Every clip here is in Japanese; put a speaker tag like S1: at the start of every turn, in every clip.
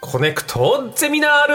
S1: コネクトゼミナール。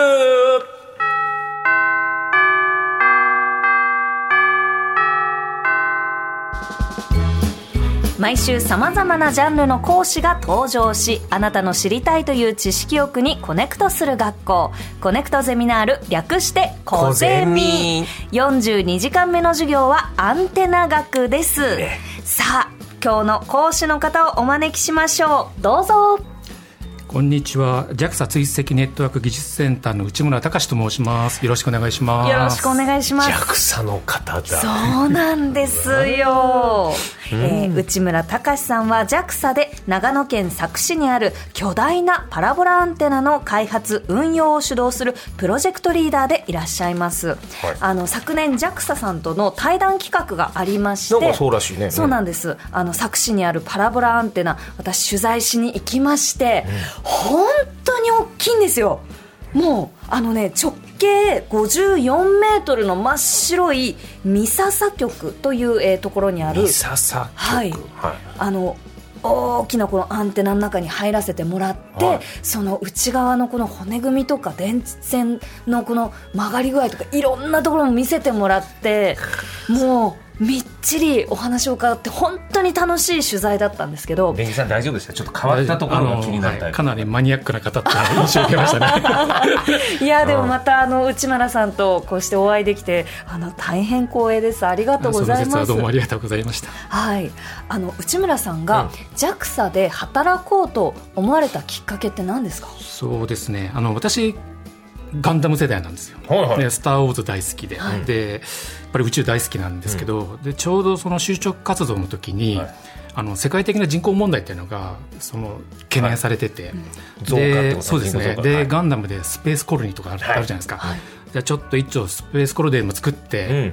S2: 毎週さまざまなジャンルの講師が登場し、あなたの知りたいという知識欲にコネクトする学校、コネクトゼミナール、略してコゼミ。42時間目の授業はアンテナ学です。さあ、今日の講師の方をお招きしましょう。どうぞ。
S3: こんにちは。 JAXA 追跡ネットワーク技術センターの内村隆と申します。よろしくお願いします。
S2: よろしくお願いします。
S1: JAXA の方だ。
S2: そうなんですよ。内村隆さんは JAXA で長野県佐久市にある巨大なパラボラアンテナの開発運用を主導するプロジェクトリーダーでいらっしゃいます、昨年 JAXA さんとの対談企画がありまして、
S1: なんかそうらしいね。
S2: そうなんです。佐久市にあるパラボラアンテナ、私取材しに行きまして、本当に大きいんですよ。もう直径54メートルの真っ白い三笹局という、ところにある
S1: 三笹局、
S2: はい大きなこのアンテナの中に入らせてもらって、その内側のこの骨組みとか電線のこの曲がり具合とかいろんなところも見せてもらって、もうみっちりお話を伺って本当に楽しい取材だったんですけど。
S1: ベンジさん大丈夫でした？ちょっと変わったところが気になった、
S3: かなりマニアックな方って印象を受けましたね
S2: いやでもまた内村さんとこうしてお会いできて大変光栄です。ありがとうございます。
S3: その節はどうもありがとうございました。
S2: はい、内村さんが JAXA で働こうと思われたきっかけって何ですか？
S3: そうですね、私ガンダム世代なんですよ、でスター・ウォーズ大好きで、でやっぱり宇宙大好きなんですけど、でちょうどその就職活動の時に、世界的な人口問題っていうのが懸念されてて、でそうですね、でガンダムでスペースコロニーとかあるじゃないですか、じゃあちょっと一丁スペースコロニーも作って、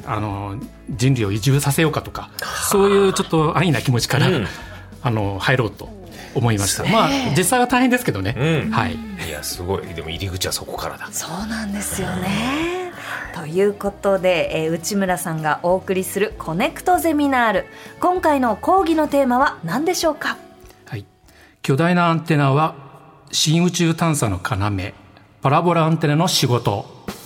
S3: 人類を移住させようかとか、そういうちょっと安易な気持ちから、入ろうと思いました。実際は大変ですけどね、
S1: いやすごい。でも入り口はそこからだ。
S2: そうなんですよね。ということで、内村さんがお送りするコネクトゼミナール、今回の講義のテーマは何でしょうか？
S3: 巨大なアンテナは新宇宙探査の要、パラボラアンテナの仕事。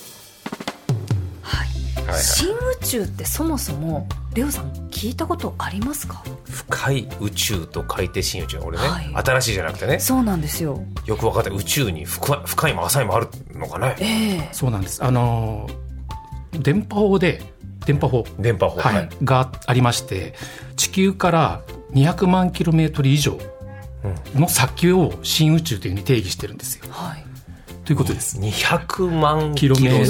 S2: 新宇宙ってそもそもレオさん聞いたことありますか？
S1: 深い宇宙と書いて新宇宙、俺ね、新しいじゃなくてね。
S2: そうなんですよ。
S1: よく分かった。宇宙に深いも浅いもあるのかね。
S3: そうなんです。電波法がありまして、地球から200万キロメートル以上の先を新宇宙というふうに定義してるんですよ。ということです。
S1: 200万キロ先、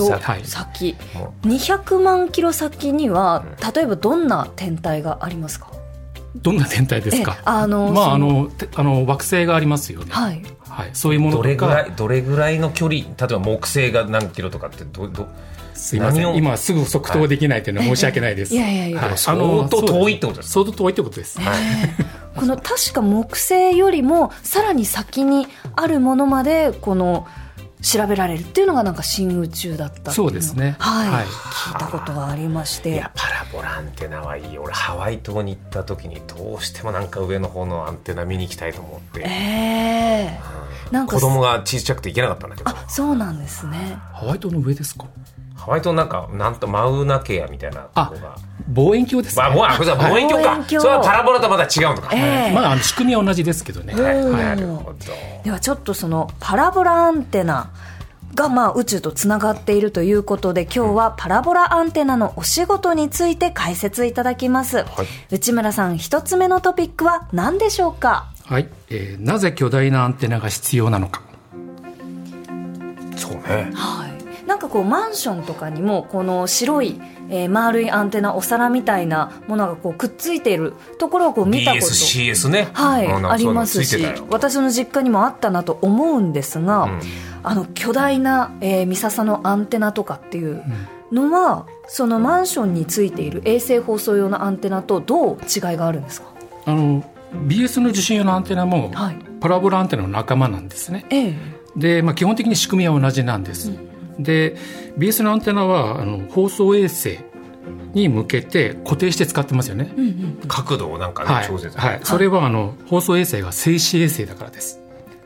S2: 200万キロ先には例えばどんな天体がありますか？
S3: どんな天体ですか？惑星がありますよね。そういうものとか。
S1: どれぐらいの距離、例えば木星が何キロとかって
S3: すいません、今すぐ即答できないというのは申し訳ないです。
S1: 相当遠いってことです。
S3: 相当遠いってことです。
S2: この確か木星よりもさらに先にあるものまで調べられるっていうのがなんか新宇宙だったっていうの。
S3: そうですね、
S2: 聞いたことがありまして。
S1: いやパラボラアンテナはいい。俺ハワイ島に行った時にどうしてもなんか上の方のアンテナ見に行きたいと思って、なんか子供が小さくて行けなかったんだけど。
S2: そうなんですね。
S3: ハワイ島の上ですか？
S1: ハワイ島なんとマウナケアみたいなとこが。
S3: 望遠鏡ですね。
S1: 望遠鏡か。それはパラボラとまだ違うのか。
S3: 仕組みは同じですけどね。
S1: なるほど。
S2: ではちょっとそのパラボラアンテナが宇宙とつながっているということで、今日はパラボラアンテナのお仕事について解説いただきます。内村さん、一つ目のトピックは何でしょうか？
S3: なぜ巨大なアンテナが必要なのか。
S1: そうね。
S2: なんかマンションとかにもこの白い、丸いアンテナ、お皿みたいなものがくっついているところを見たこと
S1: BSCS ね、
S2: ありますし、私の実家にもあったなと思うんですが、巨大な、三笹のアンテナとかっていうのは、そのマンションについている衛星放送用のアンテナとどう違いがあるんですか？
S3: BS の受信用のアンテナもパラボラアンテナの仲間なんですね。で、基本的に仕組みは同じなんです。で BS のアンテナは放送衛星に向けて固定して使ってますよね、
S1: 角度をなんか、調節、
S3: それは放送衛星が静止衛星だからです。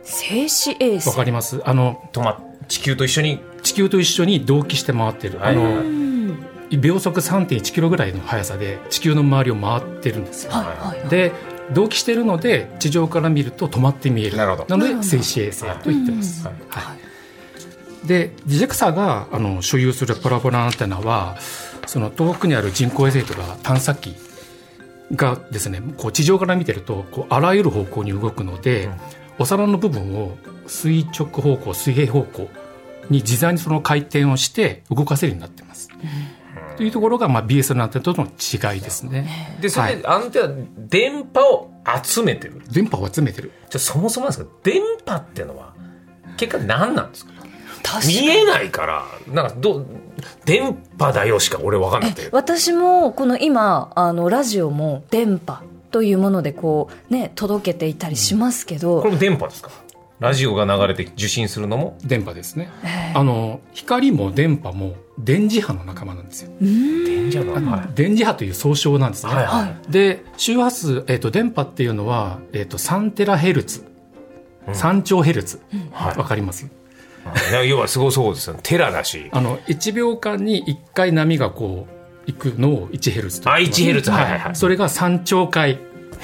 S2: 静止衛星。
S3: わかります。
S1: 地球と一緒に
S3: 同期して回ってる、秒速 3.1 キロぐらいの速さで地球の周りを回ってるんですよ、で同期してるので地上から見ると止まって見える。なので静止衛星と言ってます、で JAXA が所有するパラボラアンテナはその遠くにある人工衛星とか探査機がですね、こう地上から見てるとこうあらゆる方向に動くので、お皿の部分を垂直方向水平方向に自在にその回転をして動かせるようになってます、というところが、BS のアンテナとの違いですね。
S1: でそれでアンテナ、電波を集めてる。
S3: 電波を集めてる。
S1: じゃあそもそもなんですか、電波っていうのは結果何なんですか。見えないからなんか電波だよしか俺分かんなくて。
S2: 私もこの今ラジオも電波というものでこう、ね、届けていたりしますけど、
S1: これも電波ですか。ラジオが流れて受信するのも
S3: 電波ですね。光も電波も電磁波の仲間なんですよ。
S1: 電磁
S3: 波という総称なんですね、で周波数、電波っていうのは、3テラヘルツ、3兆ヘルツ、わかります。
S1: 要はすごそうですよね。テラだし
S3: 1秒間に1回波がこう行くのを1ヘルツと。
S1: 1ヘルツ、
S3: それが3兆回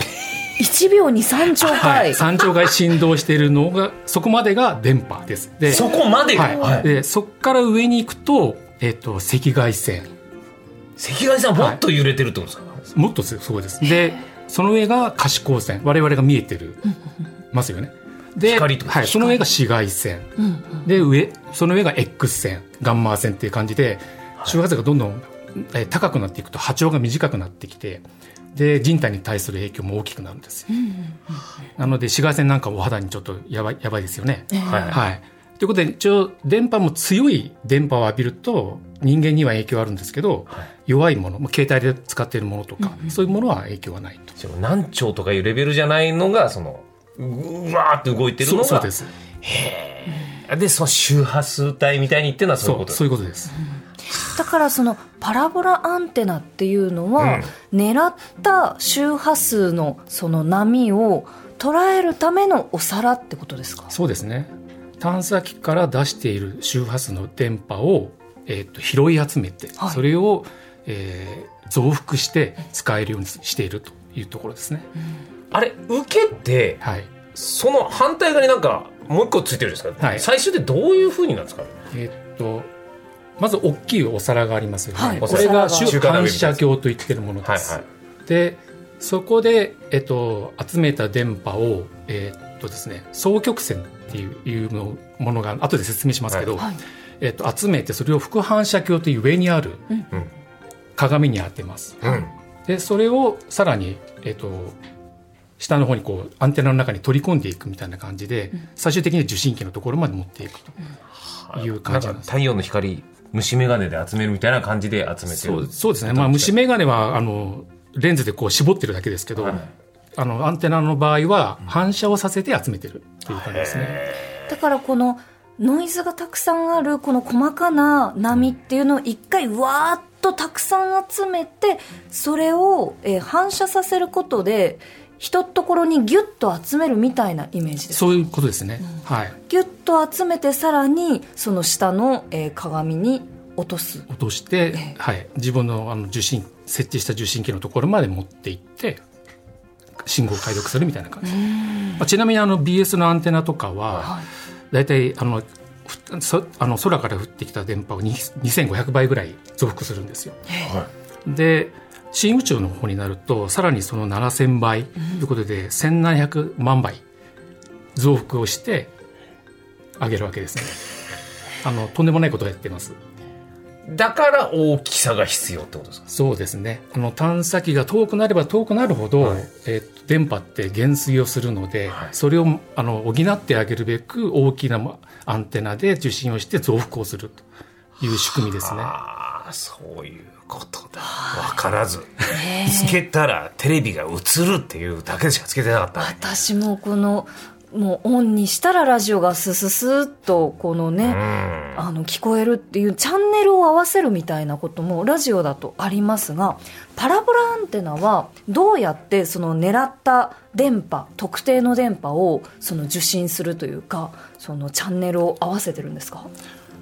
S2: 1秒に3兆回、
S3: 3兆回振動しているのがそこまでが電波です。で
S1: そこまでが、
S3: でそこから上に行くと、赤外線
S1: はもっと揺れてるってことですか。もっと
S3: そうです。でその上が可視光線、我々が見えてるますよね。で
S1: 光と
S3: その上が紫外線、でその上が X 線ガンマ線っていう感じで、周波数がどんどん高くなっていくと波長が短くなってきて、で人体に対する影響も大きくなるんですよ、なので紫外線なんかお肌にちょっとやばいですよね、ということで一応電波も強い電波を浴びると人間には影響あるんですけど、弱いもの、携帯で使っているものとか、そういうものは影響はないと。
S1: 何兆とかいうレベルじゃないのがうわーって動いてるのが。
S3: そうです。
S1: でその周波数帯みたいにっていうのはそういうことです。
S3: そういうことです。
S2: だからそのパラボラアンテナっていうのは、狙った周波数のその波を捉えるためのお皿ってことですか。
S3: そうですね。探査機から出している周波数の電波を、拾い集めて、それを、増幅して使えるようにしているというところですね、
S1: あれ受けて、その反対側になんかもう一個ついてるんですか、最終でどういう風になるんですか。
S3: まず大きいお皿がありますよね、これが反射鏡といっているものです、でそこで、集めた電波を、ですね、双曲線っていうものが後で説明しますけど、集めてそれを副反射鏡という上にある鏡に当てます、でそれをさらに、下の方にこうアンテナの中に取り込んでいくみたいな感じで、最終的に受信機のところまで持っていくという感じなんです。
S1: 太陽の光虫眼鏡で集めるみたいな感じで集めてる。
S3: そうですね、虫眼鏡はレンズでこう絞ってるだけですけど、アンテナの場合は反射をさせて集めてるという感じですね。
S2: だからこのノイズがたくさんあるこの細かな波っていうのを一回わーっとたくさん集めて、それを反射させることで一ところにギュッと集めるみたいなイメージですか。
S3: そういうことですね、
S2: ギュッと集めてさらにその下の、鏡に落として、
S3: 自分の設置した受信機のところまで持っていって信号を解読するみたいな感じ。ちなみにBS のアンテナとかは、だいたい空から降ってきた電波を2500倍ぐらい増幅するんですよ、で深宇宙の方になるとさらにその7000倍ということで、1700万倍増幅をしてあげるわけですね。とんでもないことをやっています。
S1: だから大きさが必要ってことですか。
S3: そうですね。探査機が遠くなれば遠くなるほど、電波って減衰をするので、それを補ってあげるべく大きなアンテナで受信をして増幅をするという仕組みですね。
S1: そういうことだ。分からずつけたらテレビが映るっていうだけでしかつけてなかった。
S2: 私もこのもうオンにしたらラジオがスススーっとこのね、聞こえるっていうチャンネルを合わせるみたいなこともラジオだとありますが、パラボラアンテナはどうやってその狙った電波、特定の電波をその受信するというか、そのチャンネルを合わせてるんですか？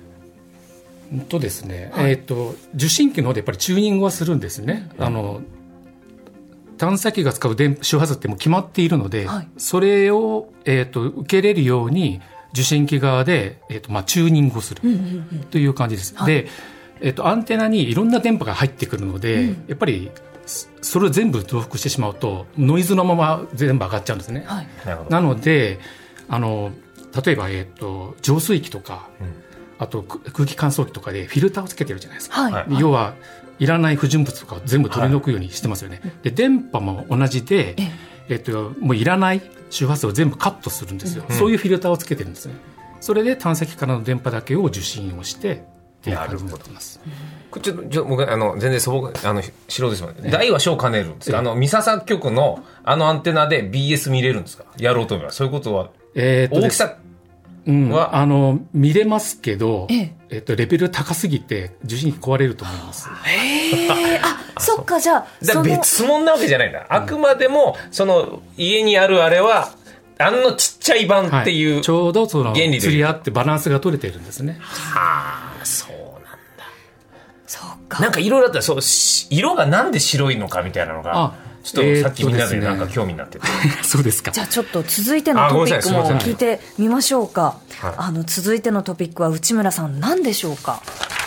S3: ですね、はい、受信機の方でやっぱりチューニングはするんですね。探査機が使う周波数ってもう決まっているので、はい、それを、受け入れるように受信機側で、チューニングをするという感じです。はい、で、アンテナにいろんな電波が入ってくるので、やっぱりそれを全部増幅してしまうとノイズのまま全部上がっちゃうんですね。はい、なので例えば、浄水器とか、あと空気乾燥機とかでフィルターをつけてるじゃないですか。はい、要はいらない不純物とか全部取り除くようにしてますよね。はい、で電波も同じで、もういらない周波数を全部カットするんですよ。そういうフィルターをつけてるんですね。それで探査機からの電波だけを受信をしてっていう感じになってます。
S1: ちょっと僕全然素人ですもんね。大は小兼ねるんですか？三笹局のアンテナで BS 見れるんですか？やろうと思えば。そういうことは、大きさは、
S3: 見れますけど、レベル高すぎて受信機壊れると思います。
S2: そっか。じゃあ
S1: 別物なわけじゃないんだ。あくまでもその家にあるあれはちっちゃい版っていう、はい、
S3: ちょうどその釣り合ってバランスが取れてるんですね。
S1: はあ、そうなんだ。
S2: そうか。
S1: なんかいろいろあったら色がなんで白いのかみたいなのがちょっとさっきみんなでなんか興味になってて、
S3: そうですか。
S2: じゃあちょっと続いてのトピックも聞いてみましょうか。続いてのトピックは内村さん何でしょうか？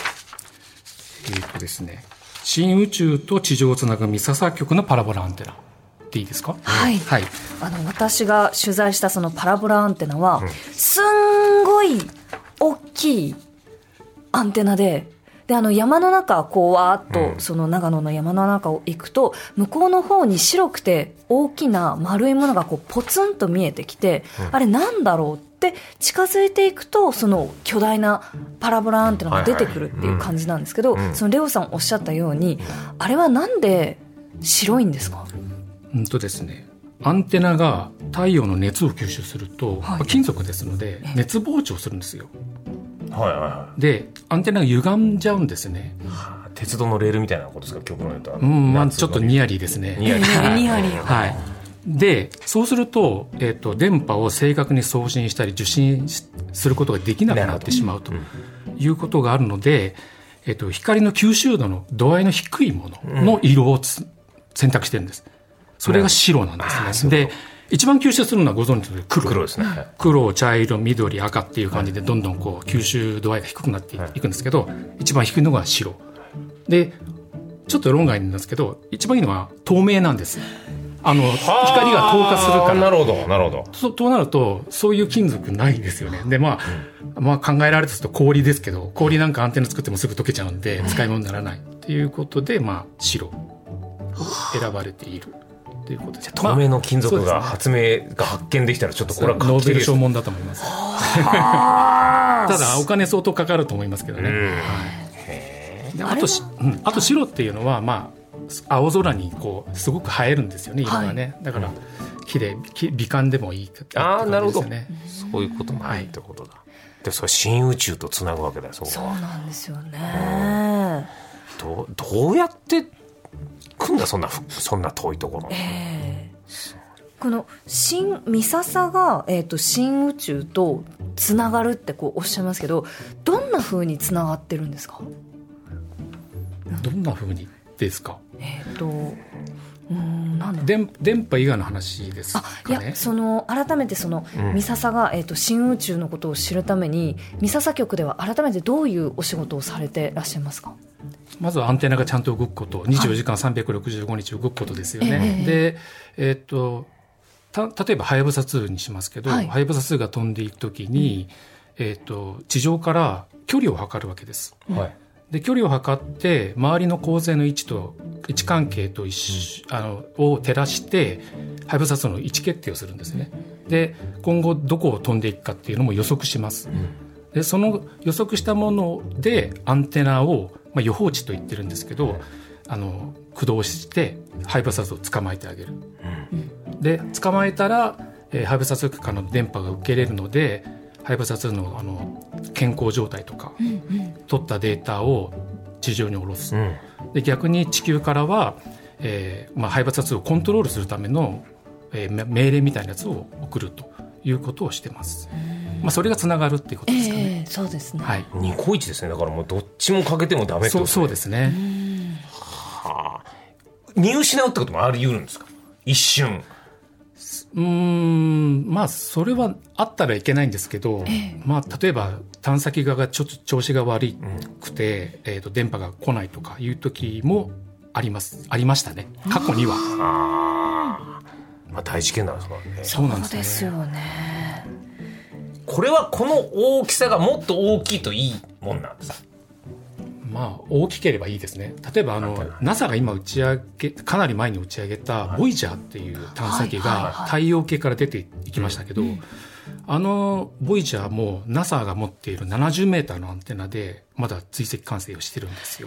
S3: ですね、新宇宙と地上をつなぐ三笹局のパラボラアンテナでいいですか？
S2: はい、はい、私が取材したそのパラボラアンテナは、すんごい大きいアンテナで山の中こうわーっとその長野の山の中を行くと、向こうの方に白くて大きな丸いものがこうポツンと見えてきて、あれなんだろうって近づいていくとその巨大なパラボラアンテナが出てくるっていう感じなんですけど、そのレオさんおっしゃったように、あれはなんで白いんですか？
S3: ですね、アンテナが太陽の熱を吸収すると、金属ですので熱膨張するんですよ。でアンテナが歪んじゃうんですね。
S1: 鉄道のレールみたいなことですか？極論言うと
S3: ちょっとニヤリですね。
S2: ニヤリ
S3: はい。でそうすると、電波を正確に送信したり受信することができなくなってしまうということがあるので、光の吸収度の度合いの低いものの色を選択してるんです。それが白なんですね。で一番吸収するのはご存知の
S1: 黒ですね。
S3: 黒、茶色、緑、赤っていう感じでどんどんこう吸収度合いが低くなっていくんですけど、一番低いのが白で、ちょっと論外なんですけど一番いいのは透明なんです。光が透過するから。
S1: なるほどなるほど。
S3: となるとそういう金属ないですよね。で考えられると氷ですけど、氷なんかアンテナ作ってもすぐ溶けちゃうんで使い物にならないということで、白を選ばれているということです。
S1: 透明の金属が発見できたらちょっとこれは
S3: ノーベル賞問だと思います。ただお金相当かかると思いますけどね。あと白っていうのは青空にこうすごく映えるんですよね、色がね。だから綺麗、美観でもいいってことですよね。
S1: なるほど。そういうこともあるってことだ。でそれ新宇宙とつなぐわけだよ。
S2: そうなんですよね。
S1: どうやって来んだ、そんな遠いところ。
S2: この三笹が、新宇宙とつながるってこうおっしゃいますけど、どんな風につながってるんですか？
S3: どんな風にですか？
S2: なん
S3: 電波以外の話ですかね。
S2: いや、改めて三笹が、新宇宙のことを知るために三笹局では改めてどういうお仕事をされてらっしゃいますか？
S3: まずはアンテナがちゃんと動くこと、24時間365日動くことですよね。で、例えばはやぶさ2にしますけど、はやぶさ2が飛んでいくときに、地上から距離を測るわけです。で距離を測って周りの恒星の位置関係とを照らしてはやぶさ2の位置決定をするんですね。で今後どこを飛んでいくかっていうのも予測します。でその予測したものでアンテナを、予報値と言ってるんですけど、駆動してはやぶさ2を捕まえてあげる。で捕まえたら、 ハイブサ通からの電波が受けれるので、ハイブサ通の健康状態とか、取ったデータを地上に下ろす、で逆に地球からは、ハイブサ通をコントロールするための、命令みたいなやつを送るということをしてます。それがつながるっていうことですかね。
S2: そうですね、
S1: はい、ニコイチですね。だからもうどっちもかけてもダメってことですね。
S3: そうですね。
S1: はあ、見失うってこともあり得るんですか、一瞬。
S3: それはあったらいけないんですけど、例えば探査機側がちょっと調子が悪くて、電波が来ないとかいう時もありましたね、過去には。
S1: 大事件なんですからね。
S3: そうなんですね。
S2: そうですよね。
S1: これはこの大きさがもっと大きいといいもんなんですか。
S3: 大きければいいですね。例えばNASA が今かなり前に打ち上げたボイジャーっていう探査機が太陽系から出ていきましたけど、ボイジャーも NASA が持っている70メーターのアンテナでまだ追跡管制をしてるんですよ。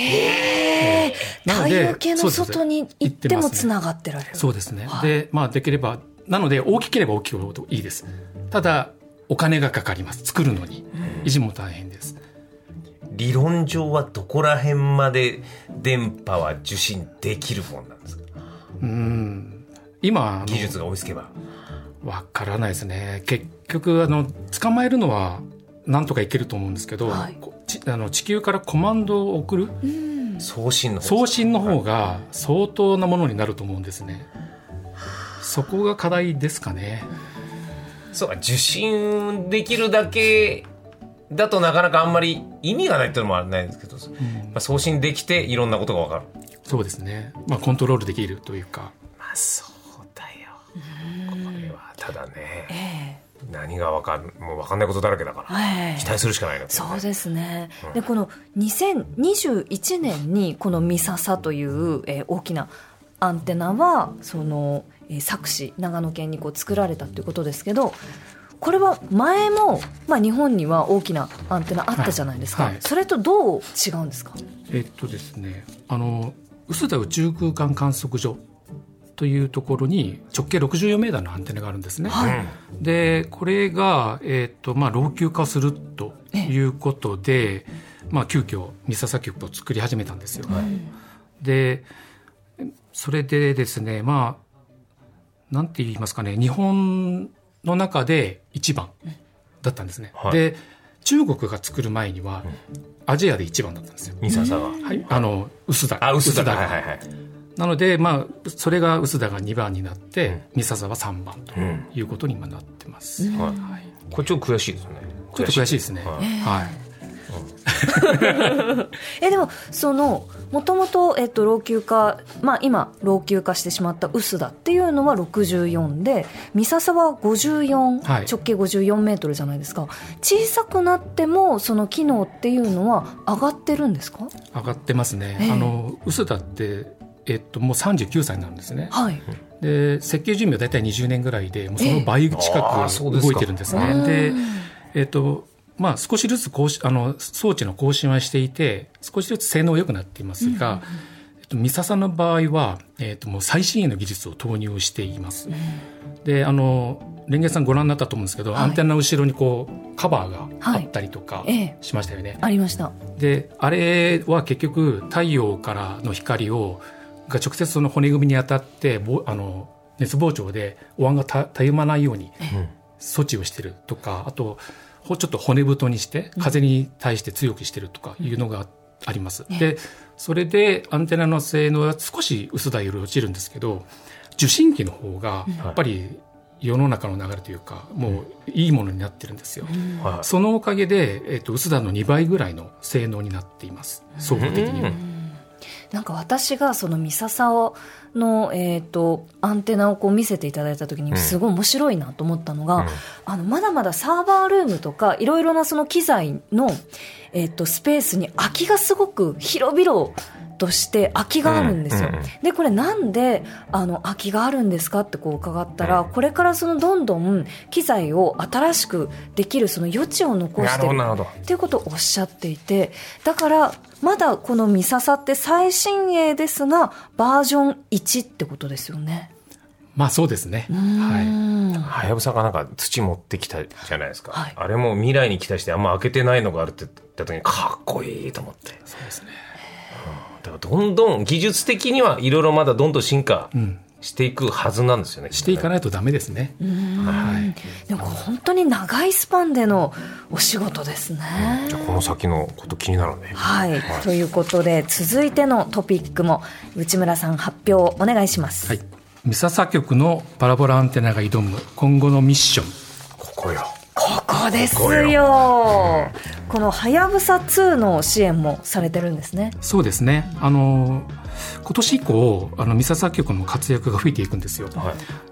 S2: 太陽系の外に行ってもつながってられる。
S3: そうですね。で、できればなので大きければ大きいほどいいです。ただお金がかかります。作るのに維持も大変です。
S1: 理論上はどこら辺まで電波は受信できるもんなんですか。
S3: 今
S1: 技術が追いつけば
S3: わからないですね。結局捕まえるのはなんとかいけると思うんですけど、地球からコマンドを送る
S1: 送信の
S3: 方が相当なものになると思うんですね。そこが課題ですかね。
S1: そうか、受信できるだけだとなかなかあんまり意味がないっていうのもあるんですけど、送信できていろんなことが分かる。
S3: そうですね。コントロールできるというか。
S1: そうだよ。これはただね、何がもう分かんないことだらけだから、期待するしかないな、ね。
S2: そうですね。でこの2021年にこのミササという、大きなアンテナは佐久市長野県に作られたということですけど、これは前も、日本には大きなアンテナあったじゃないですか、それとどう違うんですか。
S3: ですね、臼田宇宙空間観測所というところに直径64メーターのアンテナがあるんですね、でこれが、老朽化するということで、急遽三笹局を作り始めたんですよ、でそれでですね、なんて言いますかね、日本の中で一番だったんですね、で中国が作る前にはアジアで一番だったんですよ、
S1: 三笹が、
S3: 臼田が、なので、それが臼田が2番になって、三笹は3番ということに今なってます、
S1: これちょっと悔しいですね。
S3: ちょっと悔しいですね、
S2: でももともと老朽化、今老朽化してしまった臼田っていうのは64で、三笹は54、直径54メートルじゃないですか。小さくなってもその機能っていうのは上がってるんですか。
S3: 上がってますね。臼田ってもう39歳なんですね、で設計寿命はだいたい20年ぐらいで、もうその倍近く動いてるんですね。で少しずつ装置の更新はしていて、少しずつ性能良くなっていますが、三笹の場合は、もう最新鋭の技術を投入しています、でレンゲさんご覧になったと思うんですけど、アンテナの後ろにカバーがあったりとかしましたよね、
S2: ありました。で
S3: あれは結局太陽からの光が直接その骨組みに当たって熱膨張でお椀がたゆまないように措置をしてるとか、あとちょっと骨太にして風に対して強くしてるとかいうのがあります、でそれでアンテナの性能は少し臼田より落ちるんですけど、受信機の方がやっぱり世の中の流れというか、もういいものになってるんですよ、そのおかげで臼田の2倍ぐらいの性能になっています、総合的には。
S2: なんか私がその三笹の、アンテナを見せていただいた時にすごい面白いなと思ったのが、まだまだサーバールームとかいろいろなその機材の、スペースに空きがすごく広々として空きがあるんですよ、でこれなんで空きがあるんですかって伺ったら、これからどんどん機材を新しくできるその余地を残してるっていうことをおっしゃっていて、だからまだこの三笹って最新鋭ですがバージョン1ってことですよね。
S3: そうですね、
S1: はやぶさがなんか土持ってきたじゃないですか、はい、あれも未来に期待してあんま開けてないのがあるって言った時にかっこいいと思って。
S3: そうですね、
S1: だからどんどん技術的にはいろいろまだどんどん進化していくはずなんですよね、
S3: していかないとダメですね。
S2: はい、でも本当に長いスパンでのお仕事ですね。
S1: じゃあこの先のこと気になるね。
S2: はい、ということで続いてのトピックも内村さん発表お願いします。
S3: はい、三笹局のパラボラアンテナが挑む今後のミッション。
S1: こ
S2: こですよ。このはやぶさ2の支援もされてるんですね。
S3: そうですね、今年以降三笹局の活躍が増えていくんですよ、はい、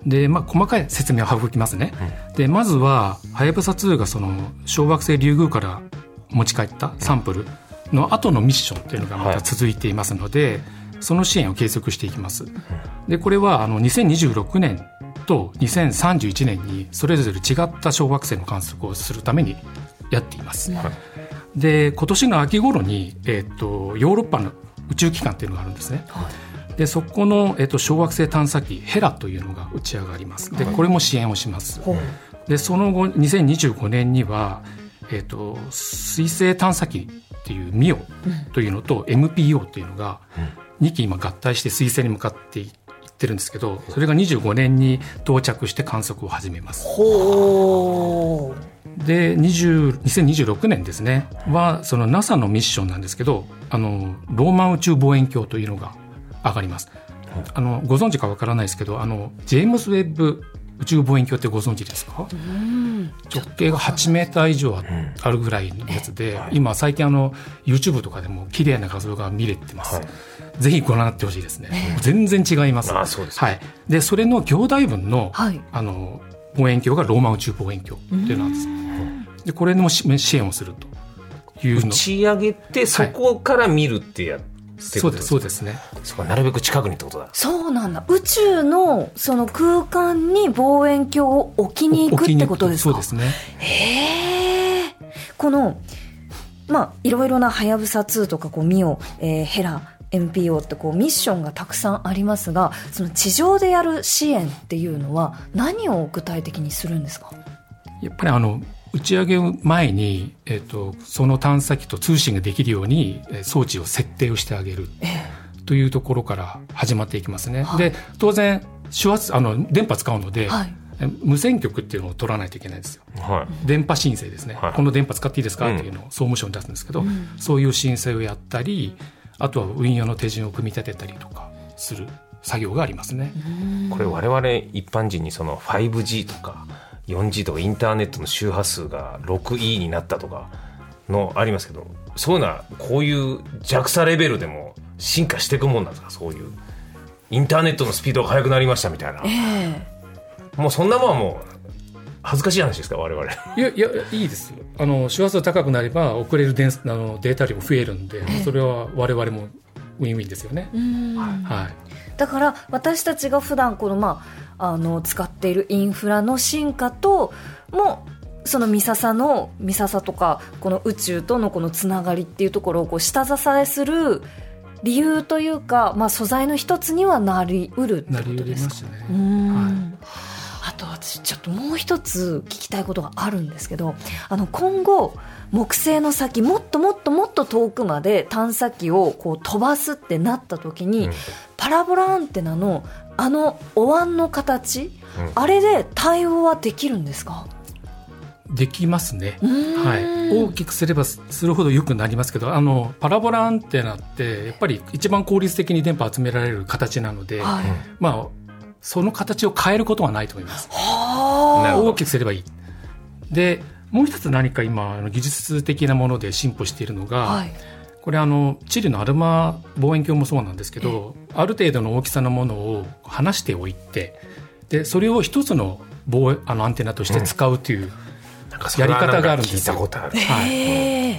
S3: で、細かい説明を省きますね、でまずははやぶさ2がその小惑星リュウグウから持ち帰ったサンプルの後のミッションというのがまた続いていますので、はい、その支援を継続していきます。でこれは2026年と2031年にそれぞれ違った小惑星の観測をするためにやっています、はい、で今年の秋頃に、ヨーロッパの宇宙機関というのがあるんですね、はい、でそこの、小惑星探査機ヘラというのが打ち上がります。でこれも支援をします、はい、でその後2025年には、水星探査機っていうミオというのと MPO というのが2機今合体して水星に向かっていってるんですけど、それが25年に到着して観測を始めます。
S2: ほ
S3: うで2026年ですねはその NASA のミッションなんですけど、ローマン宇宙望遠鏡というのが上がります。ご存知かわからないですけどジェームズ・ウェッブ宇宙望遠鏡ってご存知ですか？直径が8メーター以上あるぐらいのやつで、今最近YouTube とかでも綺麗な画像が見れてます、はい、ぜひご覧になってほしいですね、全然違います。
S1: そうです、
S3: はい、でそれの兄弟分の、はい、望遠鏡がローマン宇宙望遠鏡っていうのなんです。でこれの支援をするというの
S1: 打ち上げてそこから見るってやって、
S3: そうですね。
S1: そこはなるべく近くにってことだ。
S2: そうなんだ。宇宙のその空間に望遠鏡を置きに行くってことですか？
S3: そうですね。
S2: このいろいろなはやぶさ2とかミオ、ヘラ MPO ってミッションがたくさんありますが、その地上でやる支援っていうのは何を具体的にするんですか？
S3: やっぱり打ち上げ前に、その探査機と通信ができるように装置を設定をしてあげるというところから始まっていきますね、はい、で当然電波使うので、はい、無線局っていうのを取らないといけないんですよ、はい、電波申請ですね、はい、この電波使っていいですかっていうのを総務省に出すんですけど、そういう申請をやったり、あとは運用の手順を組み立てたりとかする作業がありますね。
S1: これ我々一般人にその 5G とか4G とかインターネットの周波数が 6E になったとかのありますけど、そういうのはこういう JAXA レベルでも進化していくもんなんですか？そういうインターネットのスピードが速くなりましたみたいな、もうそんなもんはもう恥ずかしい話ですか我々？
S3: いやいいですよ。周波数高くなれば送れるデータ量も増えるんで、それは我々もウィンウィンですよね。はい、
S2: だから私たちが普段この使っているインフラの進化ともその三笹とかこの宇宙とのこのつながりっていうところを下支えする理由というか、素材の一つにはなりうるってことですか？
S3: なりうりますね。
S2: あと私ちょっともう一つ聞きたいことがあるんですけど、今後木星の先もっともっともっと遠くまで探査機を飛ばすってなった時に、パラボラアンテナのお椀の形、あれで対応はできるんですか？
S3: できますね、はい、大きくすればするほど良くなりますけど、パラボラアンテナってやっぱり一番効率的に電波を集められる形なので、はい、その形を変えることはないと思います。大きくすればいい。でもう一つ何か今技術的なもので進歩しているのが、はい、これチリのアルマ望遠鏡もそうなんですけど、ある程度の大きさのものを離しておいて、でそれを一つのアンテナとして使うという、やり方があるんですよ。
S1: 聞いたことある、
S3: はい、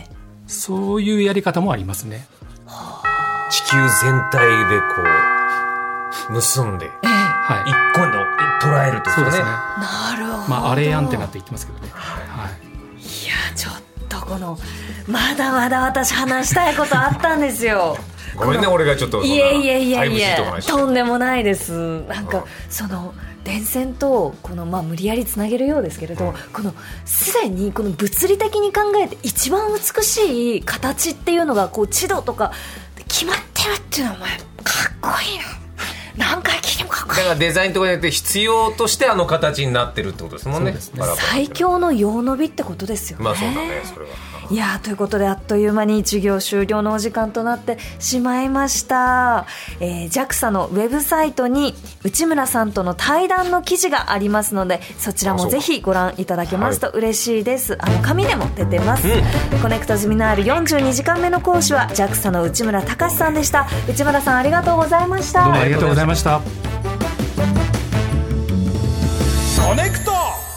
S3: そういうやり方もありますね。
S1: 地球全体で結んで、はい、一個の捉えるということですね。
S2: なるほど。
S3: アレイアンテナって言ってますけどね、
S2: はい、いやちょっとまだまだ私話したいことあったんですよ。
S1: ごめんね俺がちょっと
S2: いやとんでもないです。 電線とこの、無理やりつなげるようですけれど、このすでにこの物理的に考えて一番美しい形っていうのがこう地度とか決まってるっていうのはかっこいいな。何回聞いてもかっこいい。
S1: だからデザインとかによって必要としてあの形になってるってことですもんね。
S2: 最強の用伸びってことですよね。
S1: そうだね、それは。
S2: いやということであっという間に授業終了のお時間となってしまいました。JAXA のウェブサイトに内村さんとの対談の記事がありますので、そちらもぜひご覧いただけますと嬉しいです。紙でも出てます、コネクトゼミナール42時間目の講師は JAXA の内村隆さんでした。内村さんありがとうございました。
S3: どうもありがとうございました。
S4: コネクト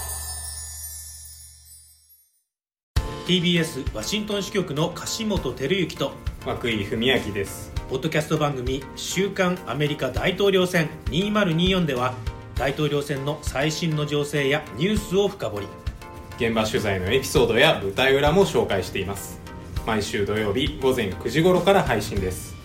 S4: TBS ワシントン支局の樫本照之と
S5: 涌井文明です。
S4: ポッドキャスト番組週刊アメリカ大統領選2024では大統領選の最新の情勢やニュースを深掘り、
S5: 現場取材のエピソードや舞台裏も紹介しています。毎週土曜日午前9時頃から配信です。